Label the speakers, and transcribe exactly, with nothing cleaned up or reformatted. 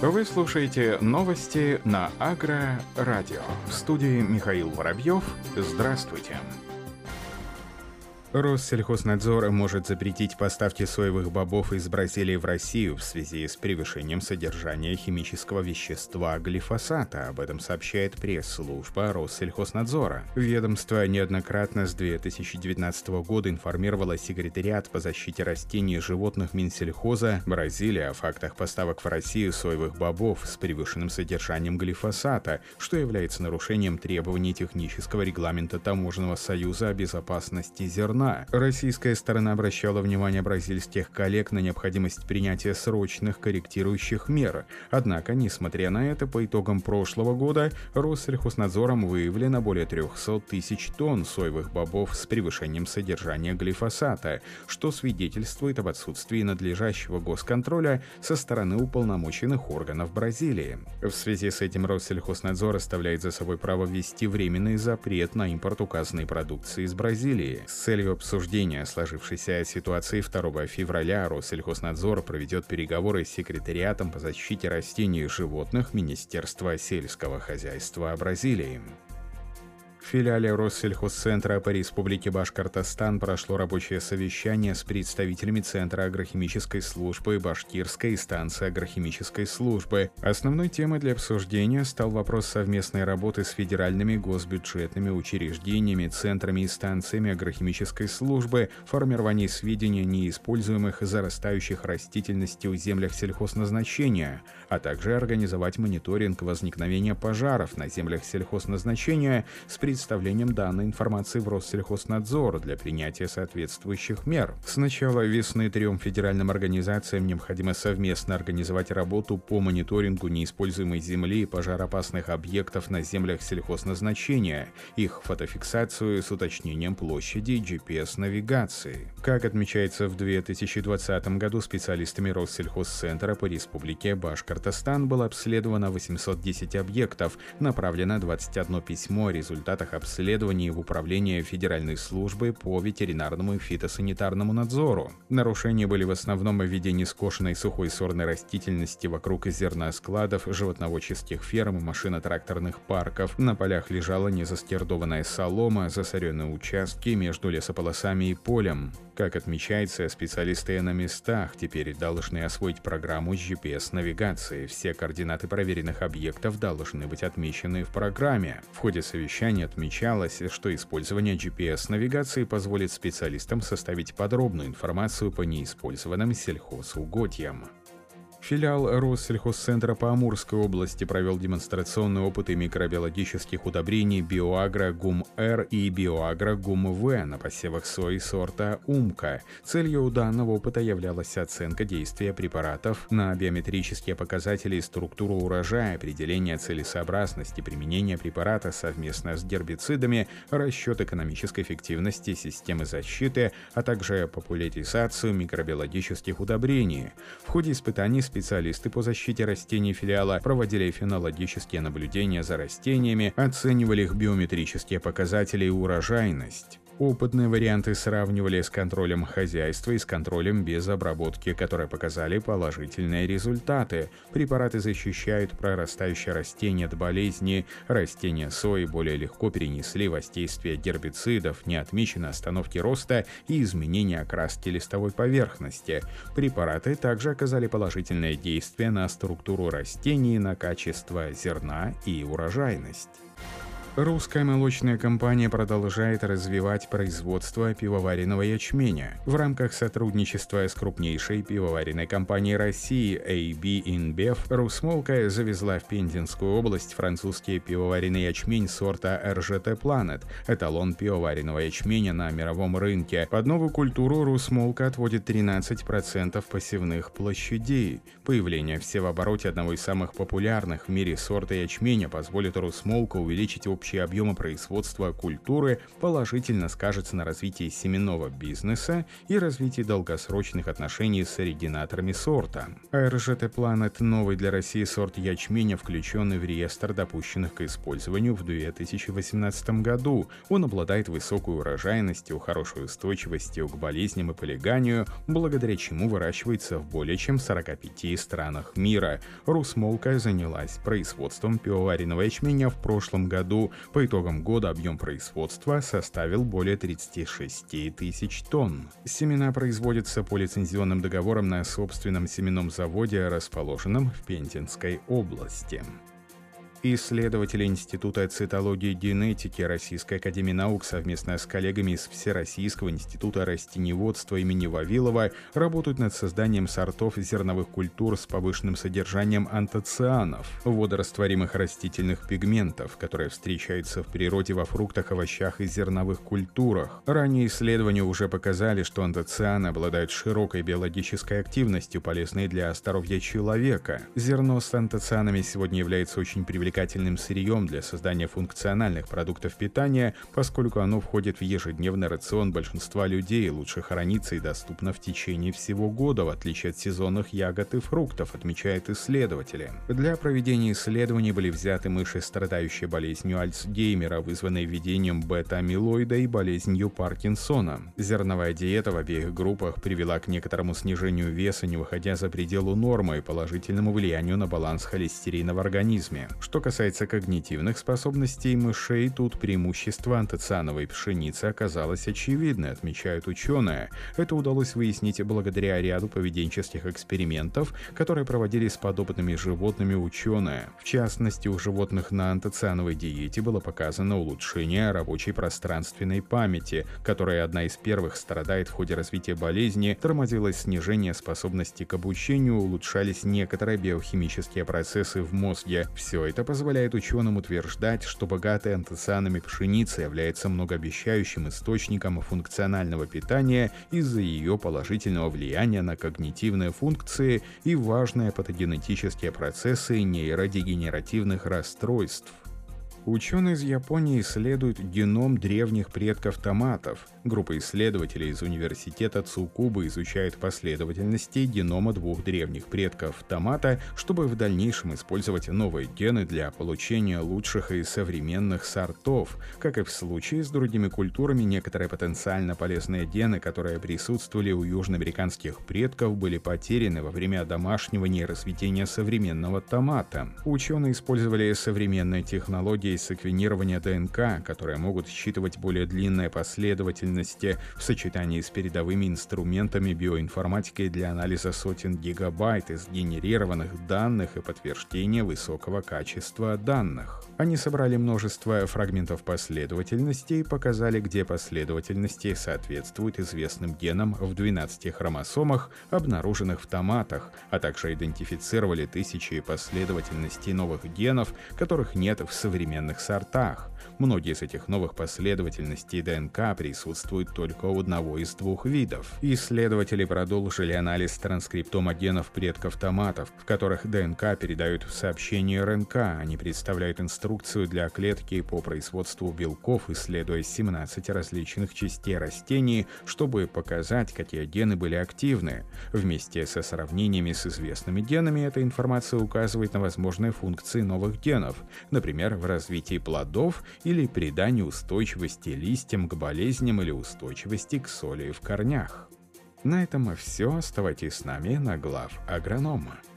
Speaker 1: Вы слушаете новости на Агро-радио. В студии Михаил Воробьев. Здравствуйте. Россельхознадзор может запретить поставки соевых бобов из Бразилии в Россию в связи с превышением содержания химического вещества глифосата. Об этом сообщает пресс-служба Россельхознадзора. Ведомство неоднократно с две тысячи девятнадцатого года информировало секретариат по защите растений и животных Минсельхоза Бразилии о фактах поставок в Россию соевых бобов с превышенным содержанием глифосата, что является нарушением требований технического регламента Таможенного союза о безопасности зерна. Российская сторона обращала внимание бразильских коллег на необходимость принятия срочных корректирующих мер. Однако, несмотря на это, по итогам прошлого года Россельхознадзором выявлено более трёхсот тысяч тонн соевых бобов с превышением содержания глифосата, что свидетельствует об отсутствии надлежащего госконтроля со стороны уполномоченных органов Бразилии. В связи с этим Россельхознадзор оставляет за собой право ввести временный запрет на импорт указанной продукции из Бразилии. С целью обсуждения сложившейся ситуации второго февраля Россельхознадзор проведет переговоры с секретариатом по защите растений и животных Министерства сельского хозяйства Бразилии. В филиале Россельхозцентра по Республике Башкортостан прошло рабочее совещание с представителями Центра агрохимической службы Башкирской и станции агрохимической службы. Основной темой для обсуждения стал вопрос совместной работы с федеральными госбюджетными учреждениями, центрами и станциями агрохимической службы, формирование сведений о неиспользуемых зарастающих растительностью в землях сельхозназначения, а также организовать мониторинг возникновения пожаров на землях сельхозназначения с представлением данной информации в Россельхознадзор для принятия соответствующих мер. С начала весны трем федеральным организациям необходимо совместно организовать работу по мониторингу неиспользуемой земли и пожароопасных объектов на землях сельхозназначения, их фотофиксацию с уточнением площади джи пи эс-навигации. Как отмечается, в две тысячи двадцатом году специалистами Россельхозцентра по Республике Башкортостан было обследовано восемьсот десять объектов, направлено двадцать одно письмо о результатах обследований в Управление Федеральной службы по ветеринарному и фитосанитарному надзору. Нарушения были в основном в виде нескошенной сухой сорной растительности вокруг зерноскладов, животноводческих ферм и машино-тракторных парков. На полях лежала незаскирдованная солома, засоренные участки между лесополосами и полем. Как отмечается, специалисты на местах теперь должны освоить программу джи пи эс-навигации. Все координаты проверенных объектов должны быть отмечены в программе. В ходе совещания отмечалось, что использование джи пи эс-навигации позволит специалистам составить подробную информацию по неиспользованным сельхозугодьям. Филиал Россельхозцентра по Амурской области провел демонстрационные опыты микробиологических удобрений Биоагро Гум-Р и Биоагро Гум-В на посевах сои сорта Умка. Целью данного опыта являлась оценка действия препаратов на биометрические показатели и структуру урожая, определение целесообразности применения препарата совместно с гербицидами, расчет экономической эффективности системы защиты, а также популяризацию микробиологических удобрений. В ходе испытаний специалисты по защите растений филиала проводили фенологические наблюдения за растениями, оценивали их биометрические показатели и урожайность. Опытные варианты сравнивали с контролем хозяйства и с контролем без обработки, которые показали положительные результаты. Препараты защищают прорастающие растения от болезни. Растения сои более легко перенесли воздействие гербицидов, не отмечены остановки роста и изменения окраски листовой поверхности. Препараты также оказали положительное действие на структуру растений, на качество зерна и урожайность. Русская молочная компания продолжает развивать производство пивоваренного ячменя. В рамках сотрудничества с крупнейшей пивоваренной компанией России эй би InBev Русмолка завезла в Пензенскую область французский пивоваренный ячмень сорта эр жэ тэ Planet, эталон пивоваренного ячменя на мировом рынке. Под новую культуру Русмолка отводит тринадцать процентов посевных площадей. Появление в севообороте одного из самых популярных в мире сорта ячменя позволит Русмолка увеличить общий общие объемы производства культуры положительно скажется на развитии семенного бизнеса и развитии долгосрочных отношений с оригинаторами сорта. эй эр жэ тэ Planet — новый для России сорт ячменя, включенный в реестр допущенных к использованию в две тысячи восемнадцатом году. Он обладает высокой урожайностью, хорошей устойчивостью к болезням и полиганию, благодаря чему выращивается в более чем сорока пяти странах мира. Русмолка занялась производством пивоваренного ячменя в прошлом году. По итогам года объем производства составил более тридцати шести тысяч тонн. Семена производятся по лицензионным договорам на собственном семенном заводе, расположенном в Пензенской области. Исследователи Института цитологии и генетики Российской академии наук совместно с коллегами из Всероссийского института растениеводства имени Вавилова работают над созданием сортов зерновых культур с повышенным содержанием антоцианов, водорастворимых растительных пигментов, которые встречаются в природе во фруктах, овощах и зерновых культурах. Ранние исследования уже показали, что антоцианы обладают широкой биологической активностью, полезной для здоровья человека. Зерно с антоцианами сегодня является очень привлекательным сырьем для создания функциональных продуктов питания, поскольку оно входит в ежедневный рацион большинства людей, лучше хранится и доступно в течение всего года, в отличие от сезонных ягод и фруктов, отмечают исследователи. Для проведения исследований были взяты мыши, страдающие болезнью Альцгеймера, вызванной введением бета-амилоида, и болезнью Паркинсона. Зерновая диета в обеих группах привела к некоторому снижению веса, не выходя за пределы нормы, и положительному влиянию на баланс холестерина в организме. Что касается когнитивных способностей мышей, тут преимущество антоциановой пшеницы оказалось очевидно, отмечают ученые. Это удалось выяснить благодаря ряду поведенческих экспериментов, которые проводили с подопытными животными ученые. В частности, у животных на антоциановой диете было показано улучшение рабочей пространственной памяти, которая одна из первых страдает в ходе развития болезни, тормозилось снижение способности к обучению, улучшались некоторые биохимические процессы в мозге. Все это позволяет ученым утверждать, что богатая антоцианами пшеница является многообещающим источником функционального питания из-за ее положительного влияния на когнитивные функции и важные патогенетические процессы нейродегенеративных расстройств. Ученые из Японии исследуют геном древних предков томатов. Группа исследователей из университета Цукуба изучает последовательности генома двух древних предков томата, чтобы в дальнейшем использовать новые гены для получения лучших и современных сортов. Как и в случае с другими культурами, некоторые потенциально полезные гены, которые присутствовали у южноамериканских предков, были потеряны во время одомашнивания и разведения современного томата. Ученые использовали современные технологии секвенирования ДНК, которые могут считывать более длинные последовательности в сочетании с передовыми инструментами биоинформатики для анализа сотен гигабайт из генерированных данных и подтверждения высокого качества данных. Они собрали множество фрагментов последовательности и показали, где последовательности соответствуют известным генам в двенадцати хромосомах, обнаруженных в томатах, а также идентифицировали тысячи последовательностей новых генов, которых нет в современных сортах. Многие из этих новых последовательностей ДНК присутствуют только у одного из двух видов. Исследователи продолжили анализ транскриптома генов предков томатов, в которых ДНК передают в сообщение эр эн ка. Они представляют инструкцию для клетки по производству белков, исследуя семнадцать различных частей растений, чтобы показать, какие гены были активны. Вместе со сравнениями с известными генами эта информация указывает на возможные функции новых генов, например, в развитии плодов или придании устойчивости листьям к болезням или устойчивости к соли в корнях. На этом все. Оставайтесь с нами на глав агронома.